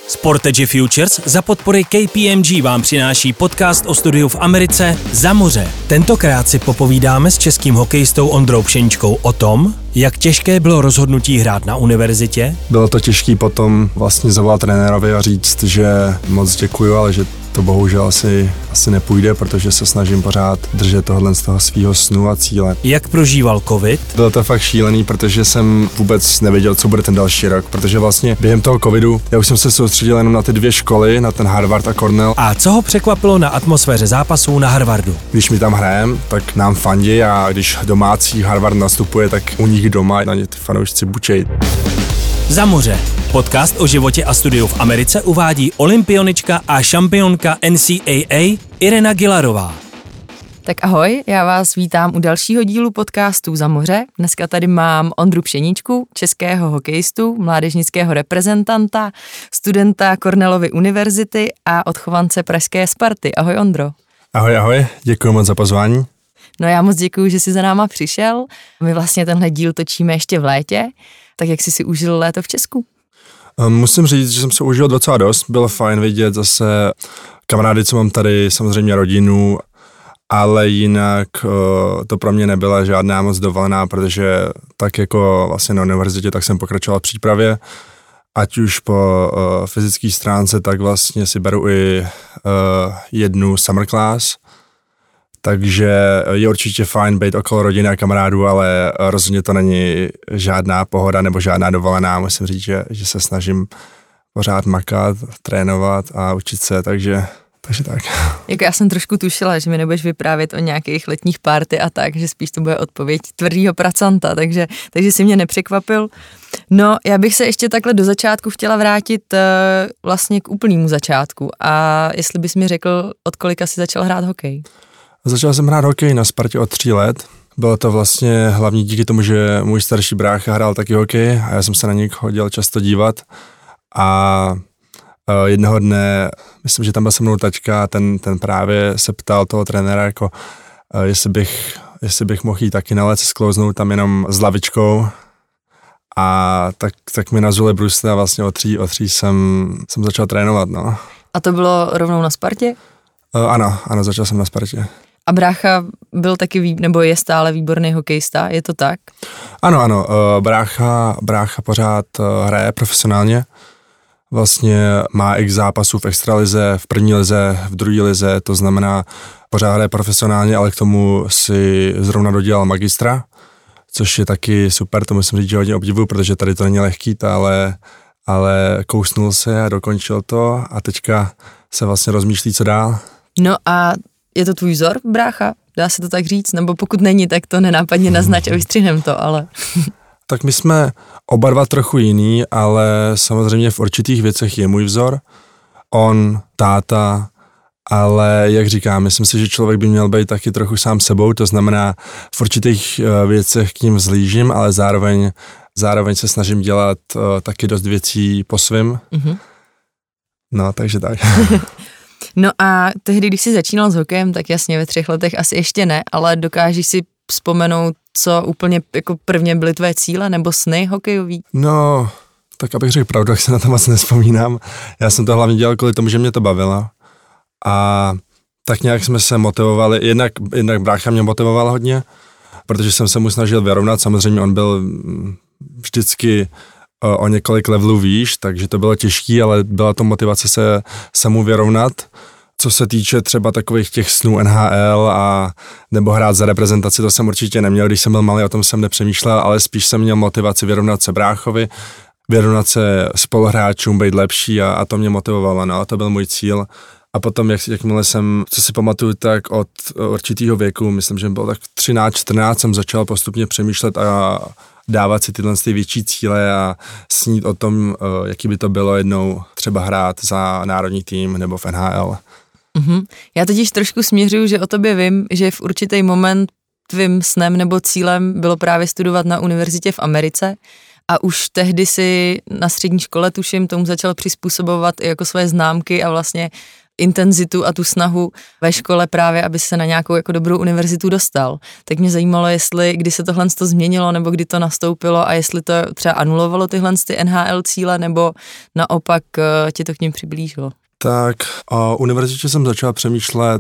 Sportage Futures za podpory KPMG vám přináší podcast o studiu v Americe Za moře. Tentokrát si popovídáme s českým hokejistou Ondrou Pšeničkou o tom, jak těžké bylo rozhodnutí hrát na univerzitě. Bylo to těžké potom vlastně zavolat trenérovi a říct, že moc děkuju, ale že to bohužel asi nepůjde, protože se snažím pořád držet tohle z toho svýho snu a cíle. Jak prožíval covid? Bylo to fakt šílený, protože jsem vůbec nevěděl, co bude ten další rok, protože vlastně během toho covidu já už jsem se soustředil jenom na ty 2 školy, na ten Harvard a Cornell. A co ho překvapilo na atmosféře zápasů na Harvardu? Když my tam hrajeme, tak nám fandí a když domácí Harvard nastupuje, tak u nich doma na ně ty fanoušci bučej. Za moře. Podcast o životě a studiu v Americe uvádí olympionička a šampionka NCAA Irena Gilarová. Tak ahoj, já vás vítám u dalšího dílu podcastu Za moře. Dneska tady mám Ondru Pšeničku, českého hokejistu, mládežnického reprezentanta, studenta Cornellovy univerzity a odchovance pražské Sparty. Ahoj Ondro. Ahoj, děkuji moc za pozvání. No já moc děkuji, že jsi za náma přišel. My vlastně tenhle díl točíme ještě v létě, tak jak jsi si užil léto v Česku? Musím říct, že jsem se užil docela dost. Bylo fajn vidět zase kamarády, co mám tady, samozřejmě rodinu, ale jinak to pro mě nebyla žádná moc dovolená, protože tak jako vlastně na univerzitě, tak jsem pokračoval v přípravě, ať už po fyzické stránce, tak vlastně si beru i jednu summer class, takže je určitě fajn být okolo rodiny a kamarádů, ale rozhodně to není žádná pohoda nebo žádná dovolená. Musím říct, že se snažím pořád makat, trénovat a učit se, takže tak. Jako já jsem trošku tušila, že mi nebudeš vyprávět o nějakých letních party a tak, že spíš to bude odpověď tvrdýho pracanta, takže si mě nepřekvapil. No, já bych se ještě takhle do začátku chtěla vrátit vlastně k úplnému začátku a jestli bys mi řekl, od kolika jsi začal hrát hokej? Začal jsem hrát hokej na Spartě od 3 let. Bylo to vlastně hlavně díky tomu, že můj starší brácha hrál taky hokej a já jsem se na něj chodil často dívat. A jednoho dne, myslím, že tam byl se mnou taťka a ten právě se ptal toho trenéra, jako jestli bych mohl jít taky na led, sklouznout tam jenom s lavičkou. A tak mi nazuli brusle a vlastně od tří jsem začal trénovat, no. A to bylo rovnou na Spartě? Ano, začal jsem na Spartě. A brácha byl taky, nebo je stále výborný hokejista, je to tak? Ano, brácha pořád hraje profesionálně. Vlastně má x zápasů v extralize, v první lize, v druhé lize, to znamená pořád hraje profesionálně, ale k tomu si zrovna dodělal magistra, což je taky super, to musím říct, že hodně obdivuju, protože tady to není lehký, ale kousnul se a dokončil to a teďka se vlastně rozmýšlí, co dál. No a je to tvůj vzor, brácha? Dá se to tak říct? Nebo pokud není, tak to nenápadně naznač a vystřihnem to, ale... Tak my jsme oba dva trochu jiný, ale samozřejmě v určitých věcech je můj vzor. On, táta, ale jak říkám, myslím si, že člověk by měl být taky trochu sám sebou, to znamená v určitých věcech k ním vzlížím, ale zároveň se snažím dělat taky dost věcí po svým. Mm-hmm. No, takže tak. No a tehdy, když jsi začínal s hokejem, tak jasně ve 3 letech asi ještě ne, ale dokážeš si vzpomenout, co úplně jako prvně byly tvé cíle nebo sny hokejový? No, tak abych řekl pravdu, jak se na to moc nevzpomínám. Já jsem to hlavně dělal kvůli tomu, že mě to bavilo. A tak nějak jsme se motivovali, jednak brácha mě motivoval hodně, protože jsem se mu snažil vyrovnat, samozřejmě on byl vždycky o několik levelů výš, takže to bylo těžký, ale byla to motivace se mu vyrovnat. Co se týče třeba takových těch snů NHL a nebo hrát za reprezentaci, to jsem určitě neměl, když jsem byl malý, o tom jsem nepřemýšlel, ale spíš jsem měl motivaci vyrovnat se bráchovi, vyrovnat se spoluhráčům, být lepší a to mě motivovalo, no, to byl můj cíl. A potom, jakmile jsem, co si pamatuju, tak od určitého věku, myslím, že bylo tak 13-14, jsem začal postupně přemýšlet a dávat si tyhle větší cíle a snít o tom, jaký by to bylo jednou třeba hrát za národní tým nebo v NHL. Mm-hmm. Já totiž trošku směřuju, že o tobě vím, že v určitý moment tvým snem nebo cílem bylo právě studovat na univerzitě v Americe a už tehdy si na střední škole, tuším, tomu začal přizpůsobovat i jako své známky a vlastně intenzitu a tu snahu ve škole právě, aby se na nějakou jako dobrou univerzitu dostal. Tak mě zajímalo, kdy se tohle změnilo, nebo kdy to nastoupilo a jestli to třeba anulovalo tyhle ty NHL cíle, nebo naopak tě to k nim přiblížilo. Tak o univerzitě jsem začal přemýšlet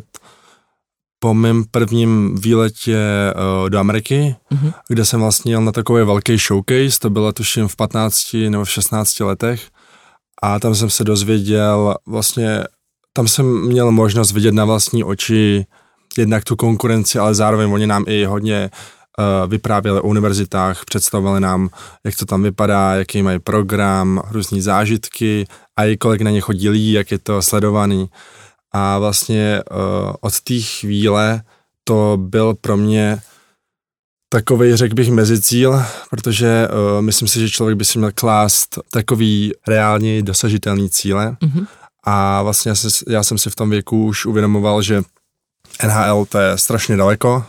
po mém prvním výletě do Ameriky, kde jsem vlastně jel na takový velký showcase, to bylo tuším v 15 nebo v 16 letech a tam jsem se dozvěděl, vlastně tam jsem měl možnost vidět na vlastní oči jednak tu konkurenci, ale zároveň oni nám i hodně vyprávěli o univerzitách, představovali nám, jak to tam vypadá, jaký mají program, různý zážitky a i kolik na ně chodí lidí, jak je to sledovaný. A vlastně od té chvíle to byl pro mě takovej, řekl bych, mezicíl, protože myslím si, že člověk by si měl klást takový reálně dosažitelný cíle. A vlastně já jsem si v tom věku už uvědomoval, že NHL to je strašně daleko,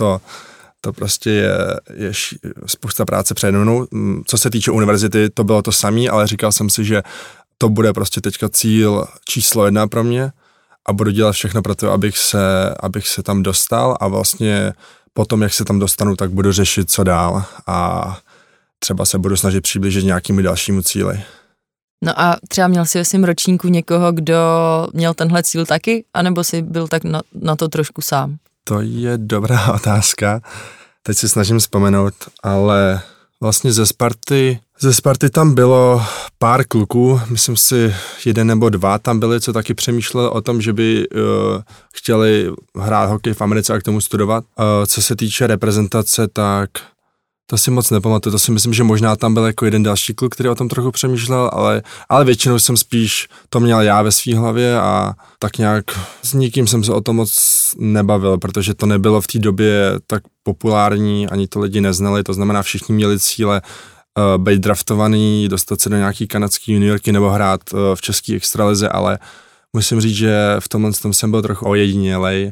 to prostě je spousta práce přede mnou. Co se týče univerzity, to bylo to samé, ale říkal jsem si, že to bude prostě teďka cíl číslo 1 pro mě a budu dělat všechno pro to, abych se tam dostal a vlastně potom, jak se tam dostanu, tak budu řešit, co dál a třeba se budu snažit přiblížit nějakému dalšímu cíli. No a třeba měl jsi ve svém ročníku někoho, kdo měl tenhle cíl taky, anebo jsi byl tak na to trošku sám? To je dobrá otázka. Teď si snažím vzpomenout, ale vlastně ze Sparty tam bylo pár kluků, myslím si 1 nebo 2 tam byli, co taky přemýšleli o tom, že by chtěli hrát hokej v Americe a k tomu studovat. Co se týče reprezentace, tak to si moc nepamatuju, to si myslím, že možná tam byl jako jeden další kluk, který o tom trochu přemýšlel, ale většinou jsem spíš to měl já ve svý hlavě a tak nějak s nikým jsem se o tom moc nebavil, protože to nebylo v té době tak populární, ani to lidi neznali, to znamená všichni měli cíle být draftovaný, dostat se do nějaký kanadský juniorky nebo hrát v české extralize, ale musím říct, že v tomhle jsem byl trochu ojedinělej,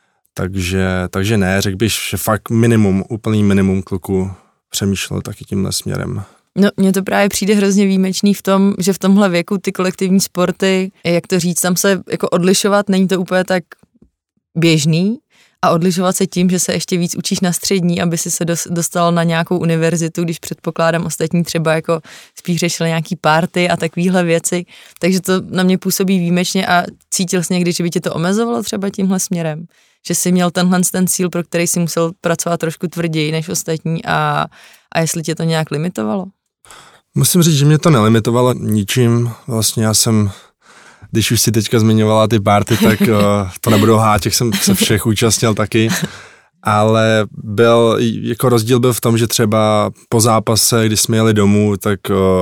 takže ne, řekl bych, že fakt úplný minimum kluků přemýšlel taky tímhle směrem. No, mně to právě přijde hrozně výjimečný v tom, že v tomhle věku ty kolektivní sporty, jak to říct, tam se jako odlišovat, není to úplně tak běžný a odlišovat se tím, že se ještě víc učíš na střední, aby si se dostal na nějakou univerzitu, když předpokládám ostatní třeba jako spíš řešili nějaký party a takovýhle věci, takže to na mě působí výjimečně a cítil jsi někdy, že by tě to omezovalo třeba tímhle směrem? Že jsi měl ten cíl, pro který jsi musel pracovat trošku tvrději než ostatní a jestli tě to nějak limitovalo? Musím říct, že mě to nelimitovalo ničím. Vlastně já jsem, když už si teďka zmiňovala ty party, tak to nebudu lhát, těch jsem se všech účastnil taky. Ale jako rozdíl byl v tom, že třeba po zápase, když jsme jeli domů, tak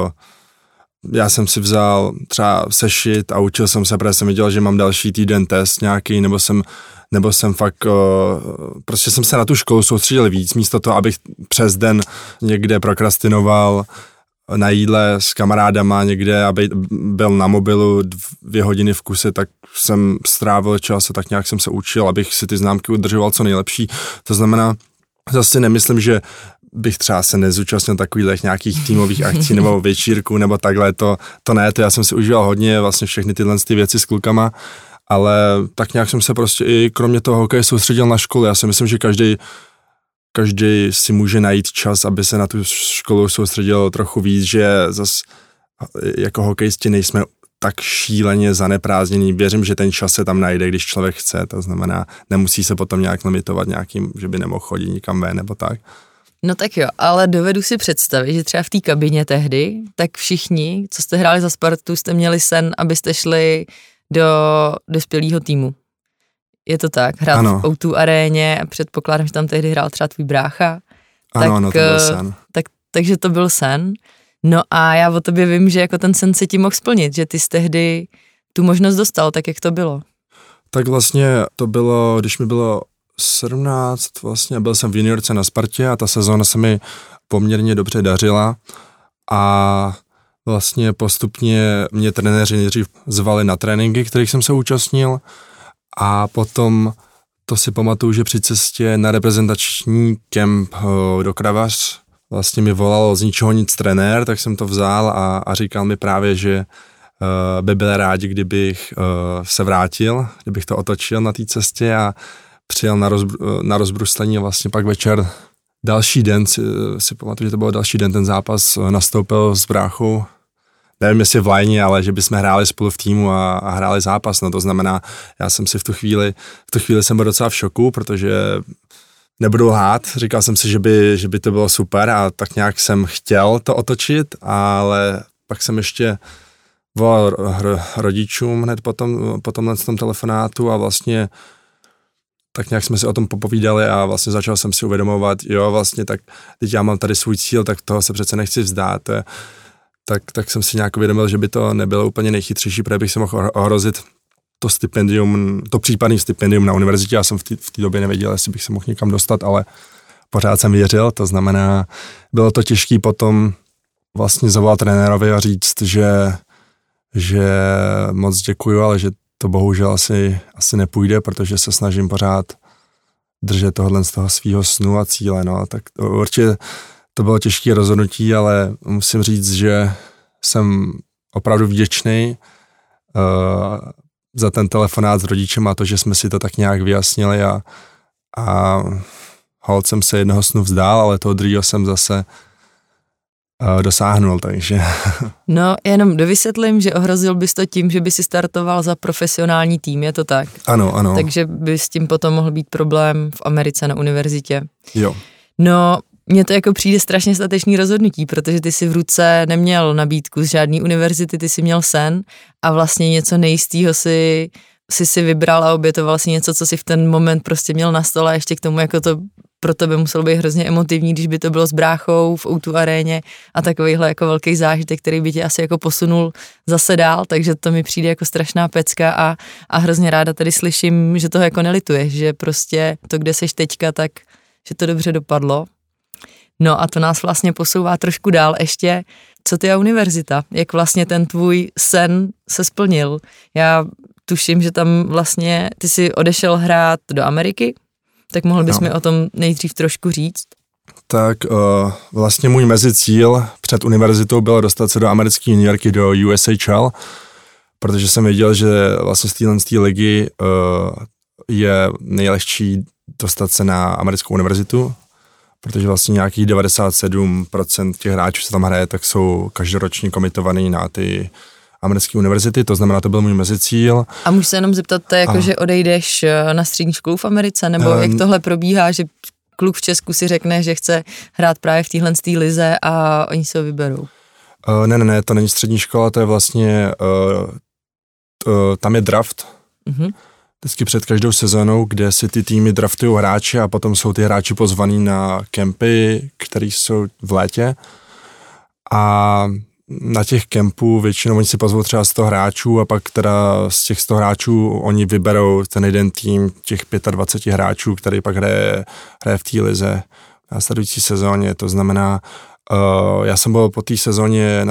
já jsem si vzal třeba sešit a učil jsem se, protože jsem viděl, že mám další týden test nějaký, nebo jsem fakt, prostě jsem se na tu školu soustředil víc, místo toho, abych přes den někde prokrastinoval na jídle s kamarádama někde, aby byl na mobilu 2 hodiny v kuse, tak jsem strávil čas a tak nějak jsem se učil, abych si ty známky udržoval co nejlepší. To znamená, zase nemyslím, že bych třeba se nezúčastnil takových nějakých týmových akcí nebo večírků nebo takhle, to ne, to já jsem si užíval hodně vlastně všechny tyhle věci s klukama, ale tak nějak jsem se prostě i kromě toho hokeje soustředil na školu. Já si myslím, že každý si může najít čas, aby se na tu školu soustředil trochu víc, že zase jako hokejisti nejsme tak šíleně zaneprázdnění. Věřím, že ten čas se tam najde, když člověk chce, to znamená, nemusí se potom nějak limitovat nějakým, že by nemohl chodit nikam ven nebo tak. No tak jo, ale dovedu si představit, že třeba v té kabině tehdy, tak všichni, co jste hráli za Spartu, jste měli sen, abyste šli do dospělého týmu. Je to tak? Hrát v O2 aréně, předpokládám, že tam tehdy hrál třeba tvůj brácha. Ano, to byl sen. Takže to byl sen. No a já o tobě vím, že jako ten sen se ti mohl splnit, že ty jsi tehdy tu možnost dostal, tak jak to bylo? Tak vlastně to bylo, když mi bylo 17, vlastně byl jsem v juniorce na Spartě a ta sezóna se mi poměrně dobře dařila a vlastně postupně mě trenéři nejdřív zvali na tréninky, kterých jsem se účastnil a potom to si pamatuju, že při cestě na reprezentační kemp do Kravař vlastně mi volal z ničeho nic trenér, tak jsem to vzal a říkal mi právě, že by byli rádi, kdybych se vrátil, kdybych to otočil na té cestě a přijel na rozbruslení a vlastně pak večer další den, si pamatuju, že to byl další den, ten zápas nastoupil s bráchou, nevím jestli v lajně, ale že bychom hráli spolu v týmu a hráli zápas, no to znamená, já jsem si v tu chvíli jsem byl docela v šoku, protože nebudu lhát, říkal jsem si, že by to bylo super a tak nějak jsem chtěl to otočit, ale pak jsem ještě volal rodičům hned po tomhle telefonátu a vlastně tak nějak jsme si o tom popovídali a vlastně začal jsem si uvědomovat, jo, vlastně tak teď já mám tady svůj cíl, tak toho se přece nechci vzdát. Tak jsem si nějak uvědomil, že by to nebylo úplně nejchytřejší, protože bych se mohl ohrozit to stipendium, to případný stipendium na univerzitě. Já jsem v té době nevěděl, jestli bych se mohl někam dostat, ale pořád jsem věřil, to znamená, bylo to těžké potom vlastně zavolat trenérovi a říct, že moc děkuju, ale že to bohužel asi nepůjde, protože se snažím pořád držet tohle z toho svýho snu a cíle, no, tak určitě to bylo těžké rozhodnutí, ale musím říct, že jsem opravdu vděčný za ten telefonát s rodičem a to, že jsme si to tak nějak vyjasnili a holt jsem se jednoho snu vzdál, ale toho druhého jsem zase dosáhnul, takže. No, jenom dovysvětlím, že ohrozil bys to tím, že by si startoval za profesionální tým, je to tak? Ano. Takže by s tím potom mohl být problém v Americe na univerzitě. Jo. No, mně to jako přijde strašně statečný rozhodnutí, protože ty si v ruce neměl nabídku z žádný univerzity, ty si měl sen a vlastně něco nejistýho si vybral a obětoval si něco, co si v ten moment prostě měl na stole a ještě k tomu jako to pro tebe muselo být hrozně emotivní, když by to bylo s bráchou v O2 aréně a takovýhle jako velký zážitek, který by tě asi jako posunul zase dál, takže to mi přijde jako strašná pecka a hrozně ráda tady slyším, že toho jako nelituješ, že prostě to, kde seš teďka, tak že to dobře dopadlo. No a to nás vlastně posouvá trošku dál ještě, co ty a univerzita, jak vlastně ten tvůj sen se splnil. Já tuším, že tam vlastně ty si odešel hrát do Ameriky, tak mohl bys mi o tom nejdřív trošku říct? Tak vlastně můj mezicíl před univerzitou bylo dostat se do americké juniorky, do USHL, protože jsem věděl, že vlastně z té ligy je nejlehčí dostat se na americkou univerzitu, protože vlastně nějakých 97% těch hráčů, co tam hraje, tak jsou každoročně komitovaný na ty americké univerzity, to znamená, to byl můj mezicíl. A můžu se jenom zeptat, že odejdeš na střední školu v Americe, nebo jak tohle probíhá, že kluk v Česku si řekne, že chce hrát právě v téhle lize a oni se ho vyberou? Ne, to není střední škola, to je vlastně, tam je draft. Mm-hmm. Vždycky před každou sezónou, kde si ty týmy draftují hráče a potom jsou ty hráči pozvaný na kempy, které jsou v létě. A na těch kempů většinou oni si pozvou třeba 100 hráčů a pak teda z těch 100 hráčů oni vyberou ten jeden tým těch 25 hráčů, který pak hraje v té lize v následující sezóně. To znamená, já jsem byl po té sezóně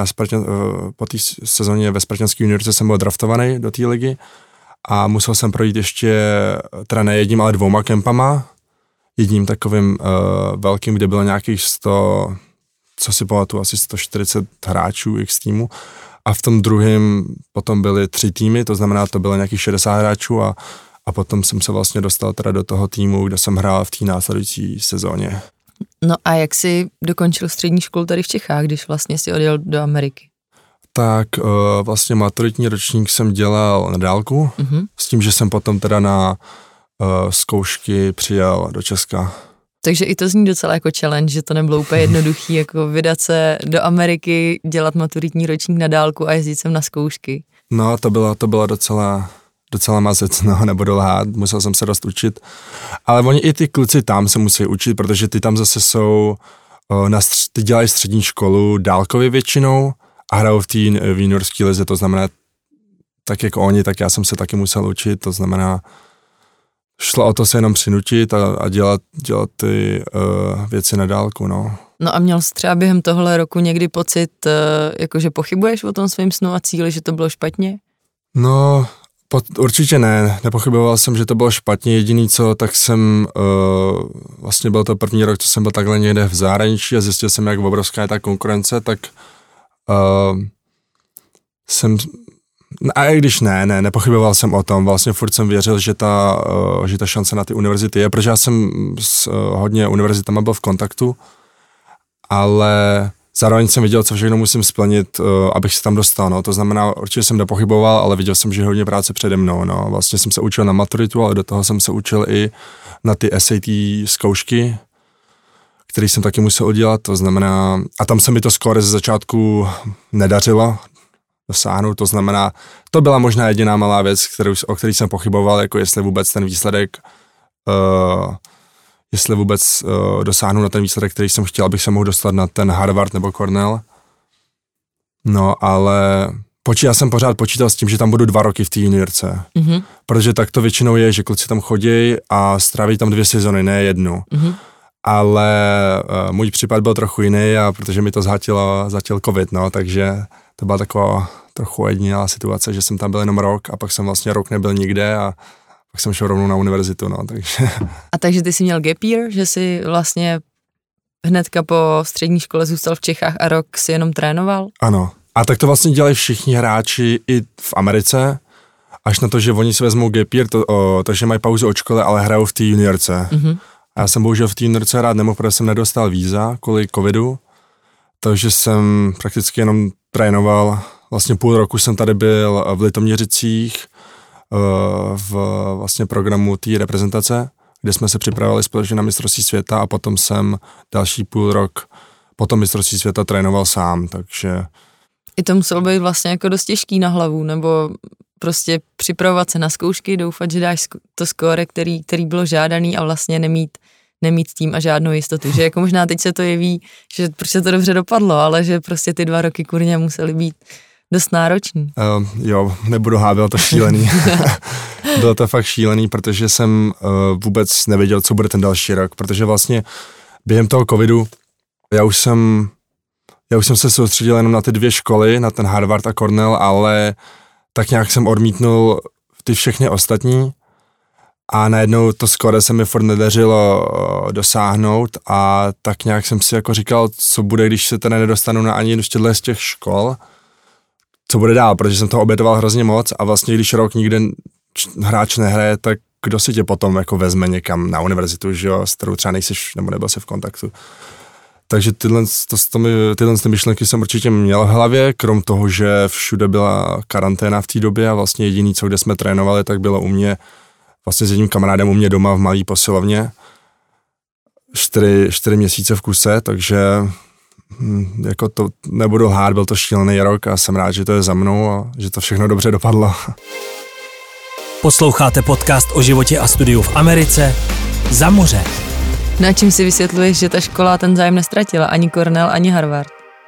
ve Spartanské juniorce jsem byl draftovaný do té ligy a musel jsem projít ještě teda ne jedním, ale 2 kempama. Jedním takovým velkým, kde bylo nějakých 100, co si pamatuju, asi 140 hráčů x týmu. A v tom druhém potom byly 3 týmy, to znamená, to bylo nějakých 60 hráčů a potom jsem se vlastně dostal teda do toho týmu, kde jsem hrál v té následující sezóně. No a jak jsi dokončil střední školu tady v Čechách, když vlastně si odjel do Ameriky? Tak vlastně maturitní ročník jsem dělal na dálku, s tím, že jsem potom teda na zkoušky přijel do Česka. Takže i to zní docela jako challenge, že to nebylo úplně jednoduchý, jako vydat se do Ameriky, dělat maturitní ročník na dálku a jezdit sem na zkoušky. No, to bylo docela mazec, no, nebudu lhát, musel jsem se dost učit. Ale oni i ty kluci tam se musí učit, protože ty tam zase jsou, ty dělají střední školu dálkově většinou a hrajou v té juniorské lize, to znamená, tak jako oni, tak já jsem se taky musel učit, to znamená, šlo o to se jenom přinutit a dělat ty věci na dálku, no. No a měl jsi třeba během tohle roku někdy pocit, jakože pochybuješ o tom svým snu a cíli, že to bylo špatně? No, určitě ne, nepochyboval jsem, že to bylo špatně, jediný co, tak jsem, vlastně byl to první rok, co jsem byl takhle někde v zahraničí a zjistil jsem, jak obrovská je ta konkurence, tak jsem A i když nepochyboval jsem o tom, vlastně furt jsem věřil, že ta šance na ty univerzity je, protože já jsem s hodně univerzitama byl v kontaktu, ale zároveň jsem viděl, co všechno musím splnit, abych se tam dostal, no. To znamená, určitě jsem nepochyboval, ale viděl jsem, že je hodně práce přede mnou, no. Vlastně jsem se učil na maturitu, ale do toho jsem se učil i na ty SAT zkoušky, který jsem taky musel udělat, to znamená, a tam se mi to skóre ze začátku nedařilo dosáhnout, to znamená, to byla možná jediná malá věc, o který jsem pochyboval, jako jestli vůbec ten výsledek, dosáhnu na ten výsledek, který jsem chtěl, abych se mohl dostat na ten Harvard nebo Cornell. No, ale já jsem pořád počítal s tím, že tam budu 2 roky v té juniorce, protože tak to většinou je, že kluci tam chodí a stráví tam 2 sezony, ne 1. Ale můj případ byl trochu jiný, a protože mi to zatil covid, no, takže to byla taková trochu jediná situace, že jsem tam byl jenom rok a pak jsem vlastně rok nebyl nikde a pak jsem šel rovnou na univerzitu, no, takže. A takže ty jsi měl gap year, že jsi vlastně hnedka po střední škole zůstal v Čechách a rok si jenom trénoval? Ano. A tak to vlastně dělají všichni hráči i v Americe, až na to, že oni si vezmou gap year, takže mají pauzu od školy, ale hrajou v té juniorce. A já jsem bohužel v té juniorce hrát nemohl, protože jsem nedostal víza kvůli covidu, takže jsem prakticky jenom trénoval. Vlastně půl roku jsem tady byl v Litoměřicích v vlastně programu té reprezentace, kde jsme se připravili společně na mistrovství světa a potom jsem další půl rok po tom mistrovství světa trénoval sám, takže. I to muselo být vlastně jako dost těžký na hlavu, nebo prostě připravovat se na zkoušky, doufat, že dáš to skóre, který bylo žádaný a vlastně nemít tím a žádnou jistotu, že jako možná teď se to jeví, že prostě to dobře dopadlo, ale že prostě ty 2 roky kurně musely být dost náročný. Jo, nebudu byl to šílený. Bylo to fakt šílený, protože jsem vůbec nevěděl, co bude ten další rok, protože vlastně během toho covidu já už jsem se soustředil jenom na ty 2 školy, na ten Harvard a Cornell, ale tak nějak jsem odmítnul ty všechny ostatní a najednou to skóre se mi furt nedařilo dosáhnout a tak nějak jsem si jako říkal, co bude, když se teda nedostanu na ani jednu z těch škol, co bude dál, protože jsem toho obětoval hrozně moc a vlastně když rok nikde hráč nehraje, tak kdo si tě potom jako vezme někam na univerzitu, že jo, s kterou třeba nejsiš nebo nebyl se v kontaktu. Takže tyhle myšlenky jsem určitě měl v hlavě, krom toho, že všude byla karanténa v té době a vlastně jediný, co kde jsme trénovali, tak bylo u mě, vlastně s jedním kamarádem u mě doma v malý posilovně, 4 měsíce v kuse, takže jako to nebudu lhát, byl to šílený rok a jsem rád, že to je za mnou a že to všechno dobře dopadlo. Posloucháte podcast o životě a studiu v Americe Za moře. Na čím si vysvětluješ, že ta škola ten zájem nestratila, ani Cornell, ani Harvard?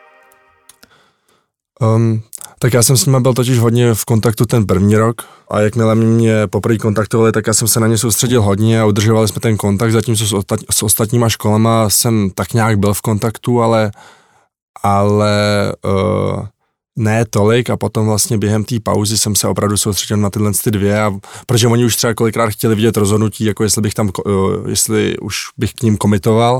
Tak já jsem s nimi byl totiž hodně v kontaktu ten první rok a jakmile mě poprvé kontaktovali, tak já jsem se na ně soustředil hodně a udržovali jsme ten kontakt, zatímco s ostatníma školama jsem tak nějak byl v kontaktu, ale ne tolik a potom vlastně během té pauzy jsem se opravdu soustředil na tyhle 2, protože oni už třeba kolikrát chtěli vidět rozhodnutí, jako jestli už bych k ním komitoval,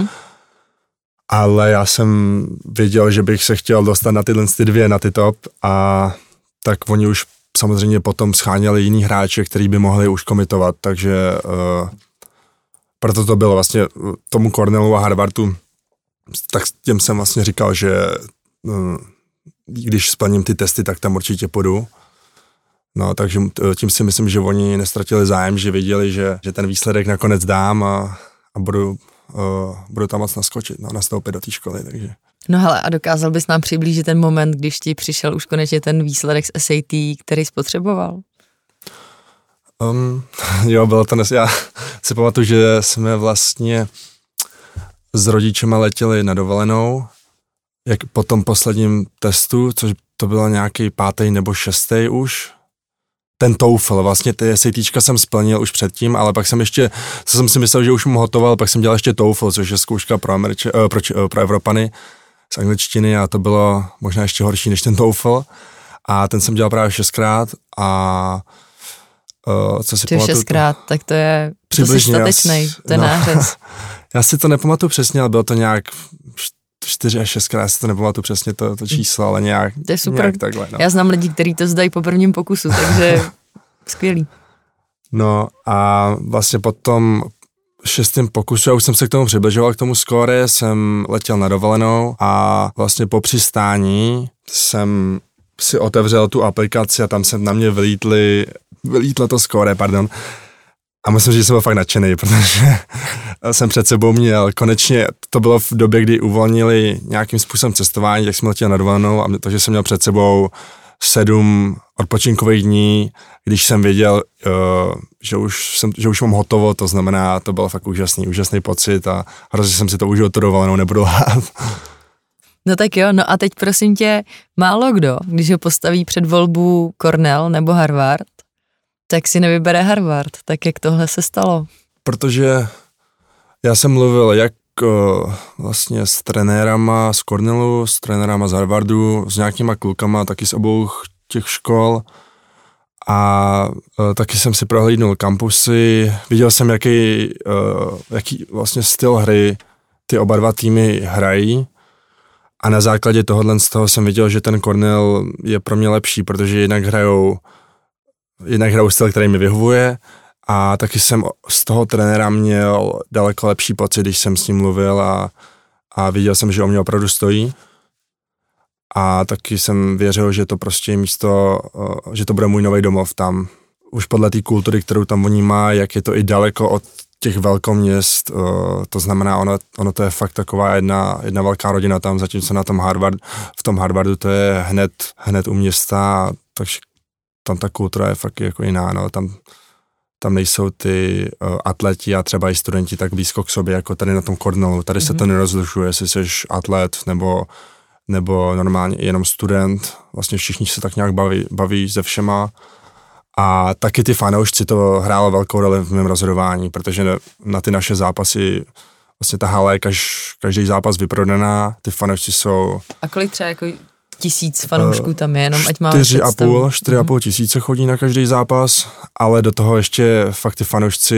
ale já jsem věděl, že bych se chtěl dostat na tyhle 2, na ty top a tak oni už samozřejmě potom scháněli jiný hráče, který by mohli už komitovat, takže proto to bylo vlastně tomu Cornellu a Harvardu, tak těm jsem vlastně říkal, že když splním ty testy, tak tam určitě půjdu. No, takže tím si myslím, že oni nestratili zájem, že věděli, že ten výsledek nakonec dám a budu tam moc nastoupit do té školy, takže. No hele, a dokázal bys nám přiblížit ten moment, když ti přišel už konečně ten výsledek z SAT, který spotřeboval? Jo, bylo to já si pamatuju, že jsme vlastně s rodičema letěli na dovolenou, jak po tom posledním testu, což to bylo nějaký 5. nebo 6. už, ten TOEFL, vlastně ty SATčka jsem splnil už předtím, ale pak jsem ještě, co jsem si myslel, že už mu hotoval, pak jsem dělal ještě TOEFL, což je zkouška pro Evropany z angličtiny a to bylo možná ještě horší než ten TOEFL a ten jsem dělal právě 6krát a co si pamatuju. 6krát, tak to je, to jsi statečnej, to je nářez. Já si to nepamatuju přesně, ale bylo to nějak 4 až 6krát, já si to nepamatuju přesně to číslo, ale nějak, to je super. Nějak takhle. No. Já znám lidi, kteří to zdají po prvním pokusu, takže skvělý. No a vlastně po tom 6. pokusu, já už jsem se k tomu přibližoval, k tomu skóre, jsem letěl na dovolenou a vlastně po přistání jsem si otevřel tu aplikaci a tam se na mě vylítlo to skóre, pardon. A musím říct, že jsem byl fakt nadšený, protože jsem před sebou měl konečně, to bylo v době, kdy uvolnili nějakým způsobem cestování, tak jsem letěl na dovolenou, takže jsem měl před sebou 7 odpočinkových dní, když jsem věděl, že už mám hotovo, to znamená, to byl fakt úžasný pocit a hrozně jsem si to užil tu dovolenou, nebudu lhát. No tak jo, no a teď prosím tě, málo kdo, když ho postaví před volbu Cornell nebo Harvard, tak si nevybere Harvard, tak jak tohle se stalo? Protože já jsem mluvil jak vlastně s trenérama z Cornellu, s trenérama z Harvardu, s nějakýma klukama taky z obou těch škol a taky jsem si prohlídnul kampusy, viděl jsem, jaký vlastně styl hry ty oba dva týmy hrají a na základě tohohle z toho jsem viděl, že ten Cornell je pro mě lepší, protože jednak hrajou styl, který mi vyhovuje a taky jsem z toho trenéra měl daleko lepší pocit, když jsem s ním mluvil a viděl jsem, že o mě opravdu stojí a taky jsem věřil, že to prostě je místo, že to bude můj nový domov tam. Už podle té kultury, kterou tam oni má, jak je to i daleko od těch velkoměst, to znamená, ono to je fakt taková jedna velká rodina tam, zatímco v tom Harvardu to je hned u města, takže tam ta kultura je fakt jako jiná, no, tam nejsou ty atleti a třeba i studenti tak blízko k sobě, jako tady na tom Cornellu, tady se to nerozlišuje, jestli jsi atlet nebo normálně jenom student, vlastně všichni se tak nějak baví se všema a taky ty fanoušci to hrálo velkou roli v mém rozhodování, protože na ty naše zápasy vlastně ta hala je každý zápas vyprodaná, ty fanoušci jsou... A kolik třeba jako 1000 fanoušků tam je, jenom ať máme představu. 4,5 tisíce chodí na každý zápas, ale do toho ještě fakt ty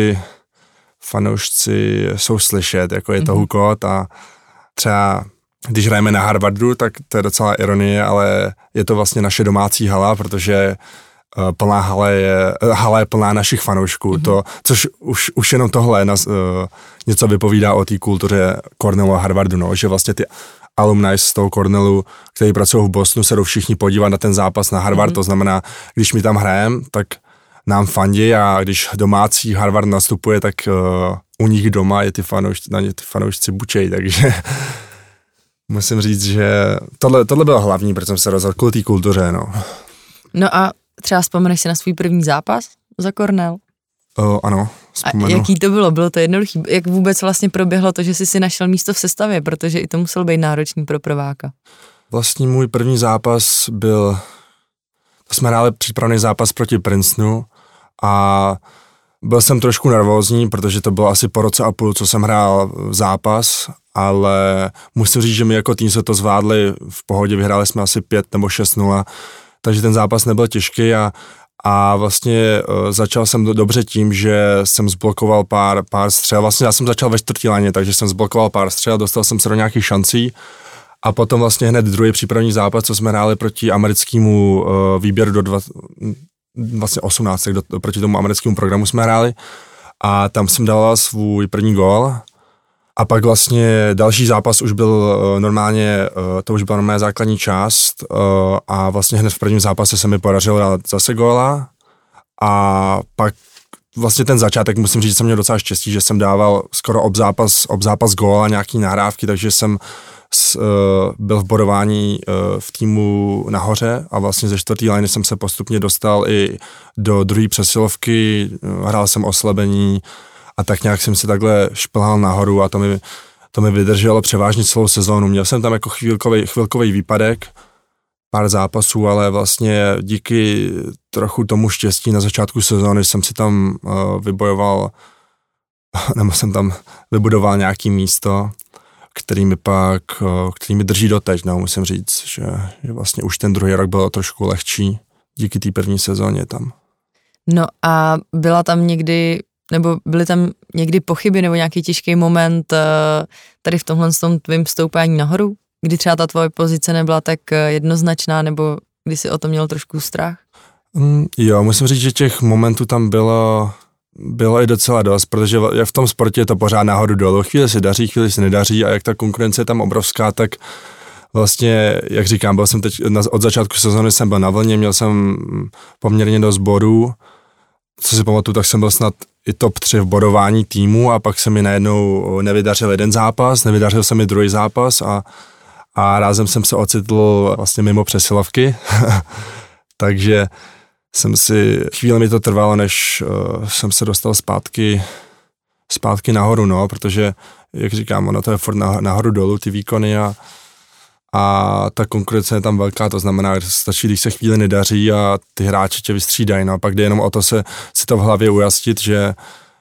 fanoušci jsou slyšet, jako je to hukot a třeba když hrajeme na Harvardu, tak to je docela ironie, ale je to vlastně naše domácí hala, protože plná hala je plná našich fanoušků, což už jenom tohle něco vypovídá o té kultuře Cornellu a Harvardu, no, že vlastně ty alumni z toho Cornellu, kteří pracují v Bostonu, se jdou všichni podívat na ten zápas na Harvard, to znamená, když my tam hrajeme, tak nám fandí a když domácí Harvard nastupuje, tak u nich doma je na ně ty fanoušci bučej, takže musím říct, že tohle bylo hlavní, protože jsem se rozhodl kvůli té kultuře, no. No a třeba vzpomeneš si na svůj první zápas za Cornell? Ano, vzpomenu. A jaký to bylo? Bylo to jednoduchý? Jak vůbec vlastně proběhlo to, že jsi si našel místo v sestavě, protože i to muselo být náročný pro prváka? Vlastně můj první zápas to jsme hráli přípravný zápas proti Princetonu a byl jsem trošku nervózní, protože to bylo asi po roce a půl, co jsem hrál zápas, ale musím říct, že my jako tým se to zvládli v pohodě, vyhráli jsme asi 5 nebo 6-0, takže ten zápas nebyl těžký a vlastně začal jsem dobře tím, že jsem zblokoval pár střel. Vlastně já jsem začal ve 4. léně, takže jsem zblokoval pár střel, dostal jsem se do nějakých šancí a potom vlastně hned druhý přípravní zápas, co jsme hráli proti americkému výběru do vlastně 18, proti tomu americkému programu jsme hráli a tam jsem dal svůj první gól. A pak vlastně další zápas už byl normálně, to už byla normálně základní část a vlastně hned v prvním zápase se mi podařilo dát zase góla a pak vlastně ten začátek, musím říct, že jsem měl docela štěstí, že jsem dával skoro ob zápas góla, nějaký nahrávky, takže jsem byl v bodování v týmu nahoře a vlastně ze 4. line jsem se postupně dostal i do druhé přesilovky, hrál jsem oslabení, a tak nějak jsem si takhle šplhal nahoru a to mi vydrželo převážně celou sezónu. Měl jsem tam jako chvilkový výpadek, pár zápasů, ale vlastně díky trochu tomu štěstí na začátku sezóny jsem si tam vybudoval nějaký místo, který mi drží doteď, no, musím říct, že vlastně už ten druhý rok byl trošku lehčí díky té první sezóně tam. No a byla tam někdy nebo byly tam někdy pochyby nebo nějaký těžký moment tady v tomhle tvým stoupání nahoru, kdy třeba ta tvoje pozice nebyla tak jednoznačná, nebo kdy jsi o to měl trošku strach? Jo, musím říct, že těch momentů tam bylo i docela dost, protože v tom sportě je to pořád nahoru dolů. Chvíli se daří, chvíli se nedaří a jak ta konkurence je tam obrovská, tak vlastně, jak říkám, byl jsem teď, od začátku sezóny jsem byl na vlně, měl jsem poměrně dost bodů. Co si pamatuju, tak jsem byl snad i top 3 v bodování týmu a pak se mi najednou nevydařil jeden zápas, nevydařil se mi druhý zápas a rázem jsem se ocitl vlastně mimo přesilovky. Takže chvíli mi to trvalo, než jsem se dostal zpátky nahoru, no, protože, jak říkám, ono to je furt nahoru dolů, ty výkony a ta konkurence je tam velká, to znamená, že stačí, když se chvíli nedaří a ty hráči tě vystřídají, no a pak jde jenom o to si to v hlavě ujasnit, že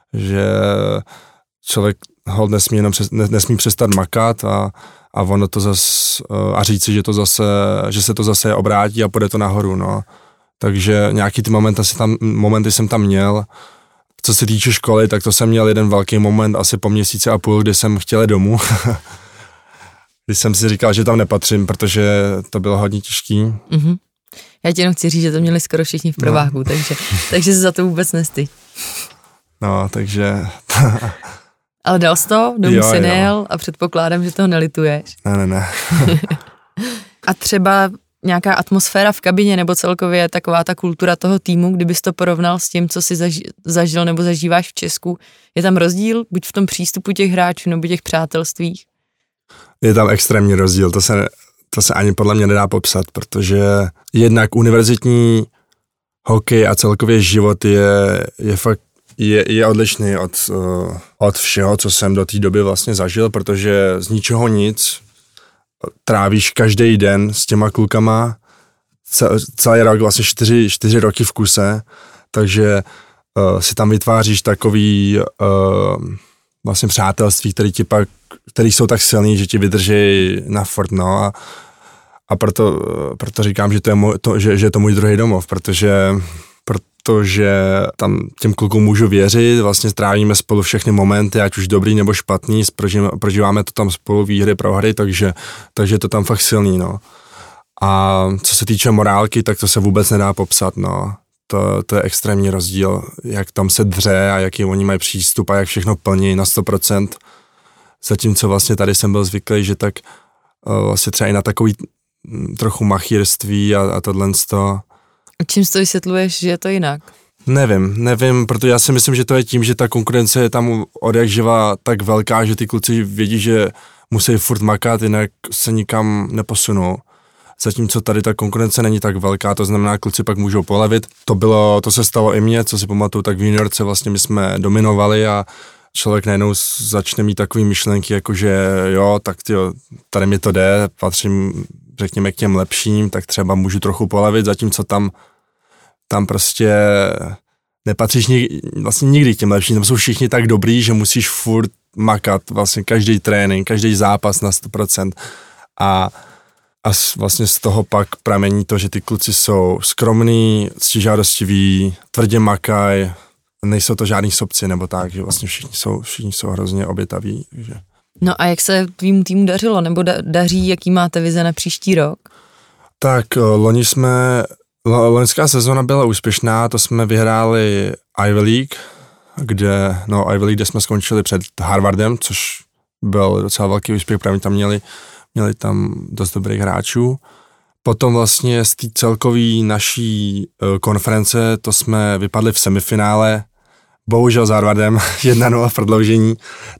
člověk hold nesmí přestat makat a ono to zase, a říci, že se to zase obrátí a půjde to nahoru, no. Takže nějaký ty momenty jsem tam měl. Co se týče školy, tak to jsem měl jeden velký moment asi po měsíci a půl, kdy jsem chtěl domů. Když jsem si říkal, že tam nepatřím, protože to bylo hodně těžký. Mm-hmm. Já ti jenom chci říct, že to měli skoro všichni v prváku, no. takže se za to vůbec nestyď. No, takže... Ale dal jsi to, domů si nejel a předpokládám, že toho nelituješ. Ne. A třeba nějaká atmosféra v kabině nebo celkově taková ta kultura toho týmu, kdybys to porovnal s tím, co jsi zažil nebo zažíváš v Česku, je tam rozdíl, buď v tom přístupu těch hráčů nebo těch přátelstvích? Je tam extrémní rozdíl, to se ani podle mě nedá popsat, protože jednak univerzitní hokej a celkově život je fakt je odlišný od všeho, co jsem do té doby vlastně zažil, protože z ničeho nic trávíš každý den s těma klukama celý rok, vlastně 4 roky v kuse, takže si tam vytváříš takový vlastně přátelství, který jsou tak silný, že ti vydrží na furt, no a proto říkám, že je to můj druhý domov, protože tam těm klukům můžu věřit, vlastně strávíme spolu všechny momenty, ať už dobrý nebo špatný, prožíváme to tam spolu výhry, prohry, takže je to tam fakt silný, no. A co se týče morálky, tak to se vůbec nedá popsat, no. To je extrémní rozdíl, jak tam se dře a jaký oni mají přístup a jak všechno plní na 100%. Zatímco vlastně tady jsem byl zvyklý, že tak vlastně třeba i na takový trochu machírství a tohleto. Čím to vysvětluješ, že je to jinak? Nevím, protože já si myslím, že to je tím, že ta konkurence je tam odjakživa tak velká, že ty kluci vědí, že musí furt makat, jinak se nikam neposunou. Zatímco tady ta konkurence není tak velká, to znamená, kluci pak můžou polevit. To se stalo i mně, co si pamatuju, tak v juniorce vlastně my jsme dominovali a člověk najednou začne mít takový myšlenky, jako že jo, tak tyjo, tady mi to jde, patřím, řekněme, k těm lepším, tak třeba můžu trochu polevit, zatímco tam prostě nepatříš vlastně nikdy k těm lepším, tam jsou všichni tak dobrý, že musíš furt makat vlastně každý trénink, každý zápas na 100% a vlastně z toho pak pramení to, že ty kluci jsou skromný, ctižádostiví, tvrdě makaj, nejsou to žádný sobci nebo tak, že vlastně všichni jsou hrozně obětaví. Takže. No a jak se tvýmu týmu dařilo, nebo daří, jaký máte vize na příští rok? Tak loňská sezona byla úspěšná, to jsme vyhráli Ivy League, kde jsme skončili před Harvardem, což byl docela velký úspěch, právě tam měli tam dost dobrých hráčů. Potom vlastně z té celkové naší konference, to jsme vypadli v semifinále, bohužel s Harvardem 1-0 v prodloužení,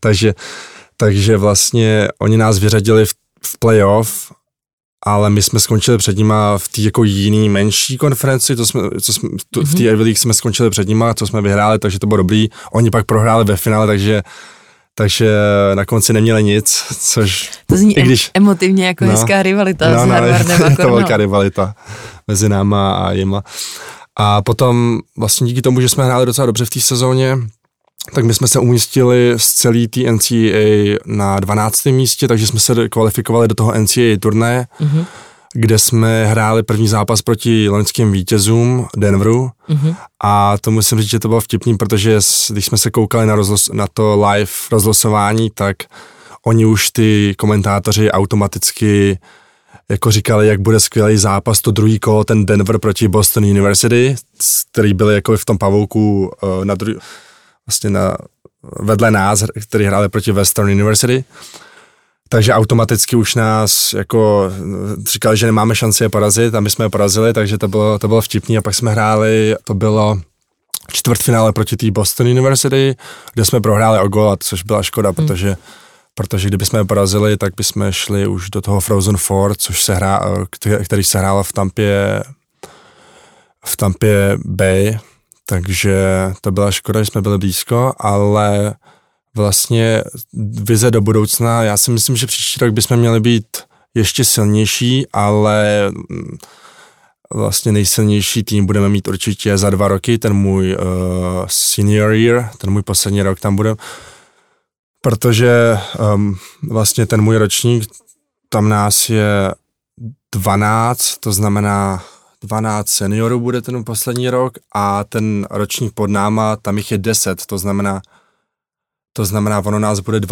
takže vlastně oni nás vyřadili v playoff, ale my jsme skončili před nima v té jako jiný menší konferenci, v té Ivy League jsme skončili před nima, co jsme vyhráli, takže to bylo dobrý. Oni pak prohráli ve finále, takže na konci neměli nic, což... To zní emotivně jako hezká rivalita s Harvardem. Je to velká rivalita mezi náma a jima. A potom vlastně díky tomu, že jsme hráli docela dobře v té sezóně, tak my jsme se umístili z celý té NCAA na 12. místě, takže jsme se kvalifikovali do toho NCAA turnaje. Mm-hmm. kde jsme hráli první zápas proti loňským vítězům Denveru a to musím říct, že to bylo vtipný, protože když jsme se koukali na to live rozlosování, tak oni už ty komentátoři automaticky jako říkali, jak bude skvělý zápas, to druhý kolo, ten Denver proti Boston University, který byl jako v tom pavouku vedle nás, který hráli proti Western University. Takže automaticky už nás jako říkali, že nemáme šanci je porazit a my jsme je porazili, takže to bylo vtipný a pak jsme hráli, to bylo čtvrtfinále proti té Boston University, kde jsme prohráli o gól, což byla škoda, protože kdyby jsme je porazili, tak bychom šli už do toho Frozen Four, který se hrálo v Tampě Bay, takže to byla škoda, že jsme byli blízko, ale vlastně vize do budoucna, já si myslím, že příští rok bychom měli být ještě silnější, ale vlastně nejsilnější tým budeme mít určitě za 2 roky, ten můj senior year, ten můj poslední rok tam bude, protože vlastně ten můj ročník, tam nás je 12, to znamená 12 seniorů bude ten poslední rok a ten ročník pod náma, tam jich je 10, to znamená ono nás bude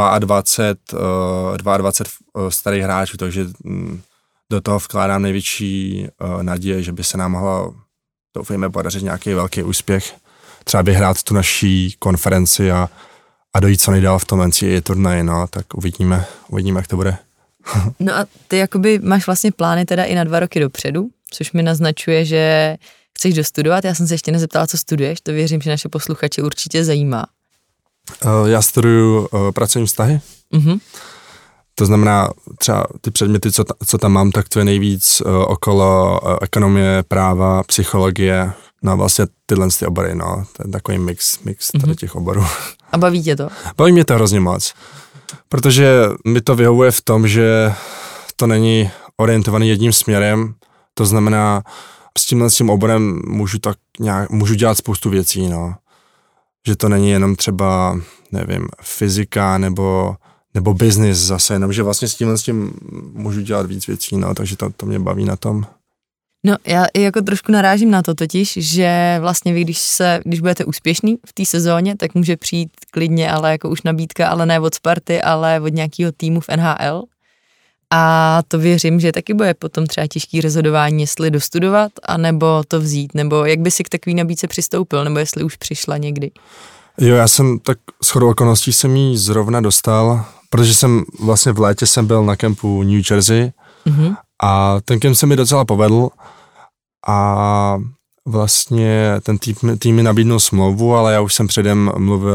22 starých hráčů, takže do toho vkládám největší naděje, že by se nám mohlo, doufejme, podařit nějaký velký úspěch, třeba vyhrát tu naší konferenci a dojít co nejdál v tom NCAA turnaji, no, tak uvidíme, jak to bude. No a ty jakoby máš vlastně plány teda i na 2 roky dopředu, což mi naznačuje, že chceš dostudovat. Já jsem se ještě nezeptala, co studuješ, to věřím, že naše posluchače určitě zajímá. Já studuju pracovní vztahy. To znamená třeba ty předměty, co tam mám, tak to je nejvíc okolo ekonomie, práva, psychologie, no vlastně tyhle ty obory, no, to je takový mix tady těch oborů. A baví tě to? Baví mě to hrozně moc, protože mi to vyhovuje v tom, že to není orientovaný jedním směrem, to znamená, s tím oborem můžu dělat spoustu věcí, no. Že to není jenom třeba, nevím, fyzika nebo business zase, jenom že vlastně s tím můžu dělat víc věcí, no, takže to mě baví na tom. No, já jako trošku narážím na to totiž, že vlastně vy, když budete úspěšný v té sezóně, tak může přijít klidně, ale jako už nabídka, ale ne od Sparty, ale od nějakého týmu v NHL. A to věřím, že taky bude potom třeba těžký rozhodování, jestli dostudovat, anebo to vzít, nebo jak by si k takový nabídce přistoupil, nebo jestli už přišla někdy. Jo, já jsem tak shodou okolností jsem jí zrovna dostal, protože jsem vlastně v létě jsem byl na kempu New Jersey a ten kemp se mi docela povedl a vlastně ten tým mi nabídnul smlouvu, ale já už jsem předem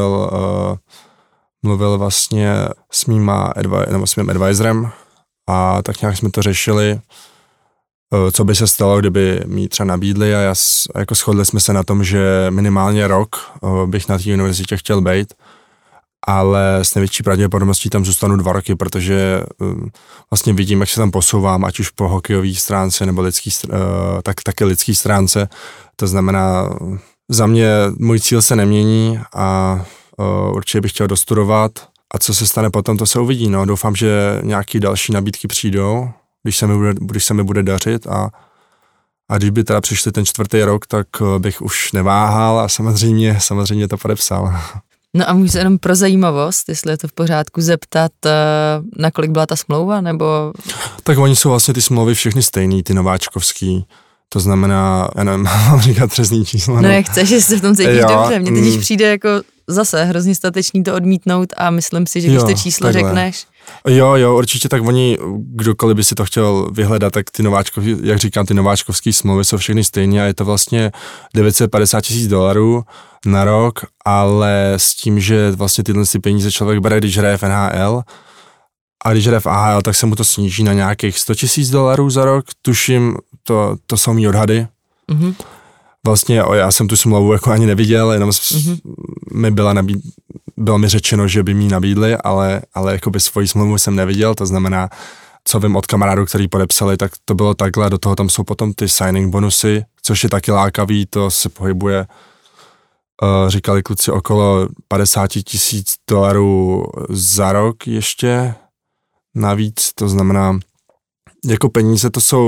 mluvil vlastně s mým advisorem a tak nějak jsme to řešili, co by se stalo, kdyby mi třeba nabídli a jako shodli jsme se na tom, že minimálně rok bych na té univerzitě chtěl být, ale s největší pravděpodobností tam zůstanu 2 roky, protože vlastně vidím, jak se tam posouvám, ať už po hokejové stránce nebo taky lidské stránce. To znamená, za mě můj cíl se nemění a určitě bych chtěl dostudovat. A co se stane potom, to se uvidí. No. Doufám, že nějaké další nabídky přijdou, když se mi bude dařit a když by teda přišli ten 4. rok, tak bych už neváhal a samozřejmě to podepsal. No a můžu se jenom pro zajímavost, jestli je to v pořádku, zeptat, nakolik byla ta smlouva, nebo... Tak oni jsou vlastně ty smlouvy všechny stejný, ty nováčkovský. To znamená, já nevím, mám říkat přesný číslo. No jak chceš, jestli se v tom cítíš dobře. Mně teď přijde jako zase hrozně statečný to odmítnout a myslím si, že když to číslo takhle řekneš. Jo, určitě, tak oni, kdokoliv by si to chtěl vyhledat, tak ty jak říkám, ty nováčkovský smlouvy jsou všechny stejné a je to vlastně $950,000 na rok, ale s tím, že vlastně tyhle peníze člověk bere, když hraje v NHL a když hraje v AHL, tak se mu to sníží na nějakých $100,000 za rok, tuším, to jsou mý odhady. Vlastně já jsem tu smlouvu jako ani neviděl, jenom mi bylo mi řečeno, že by mi nabídli, ale jakoby svoji smlouvu jsem neviděl, to znamená, co vím od kamarádů, který podepsali, tak to bylo takhle, do toho tam jsou potom ty signing bonusy, což je taky lákavý, to se pohybuje, říkali kluci, okolo $50,000 za rok ještě navíc, to znamená, jako peníze to jsou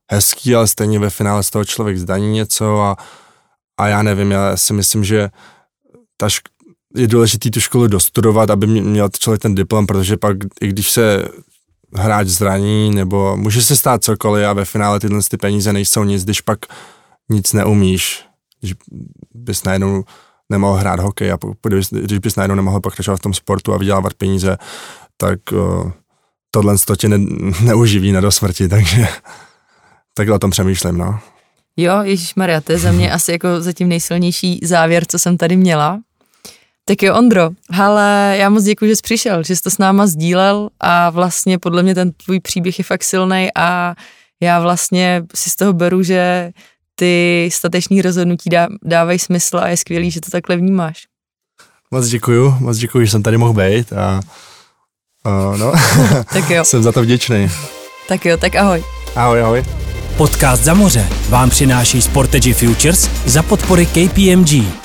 hezký, ale stejně ve finále z toho člověk zdaní něco a já nevím, já si myslím, že je důležité tu školu dostudovat, aby měl člověk ten diplom, protože pak, i když se hráč zraní, nebo může se stát cokoliv a ve finále tyhle peníze nejsou nic, když pak nic neumíš, když bys najednou nemohl hrát hokej a když bys najednou nemohl pokračovat v tom sportu a vydělávat peníze, tak tohle tě neuživí na do smrti, takže takhle o tom přemýšlím, no. Jo, ježišmarja, to je za mě asi jako zatím nejsilnější závěr, co jsem tady měla. Tak jo, Ondro, ale já moc děkuji, že jsi přišel, že jsi to s náma sdílel a vlastně podle mě ten tvůj příběh je fakt silnej a já vlastně si z toho beru, že ty stateční rozhodnutí dávají smysl a je skvělý, že to takhle vnímáš. Moc děkuju, že jsem tady mohl být a no, tak jo. Jsem za to vděčný. Tak jo, tak ahoj. Ahoj. Podcast Za moře vám přináší Sportage Futures za podpory KPMG.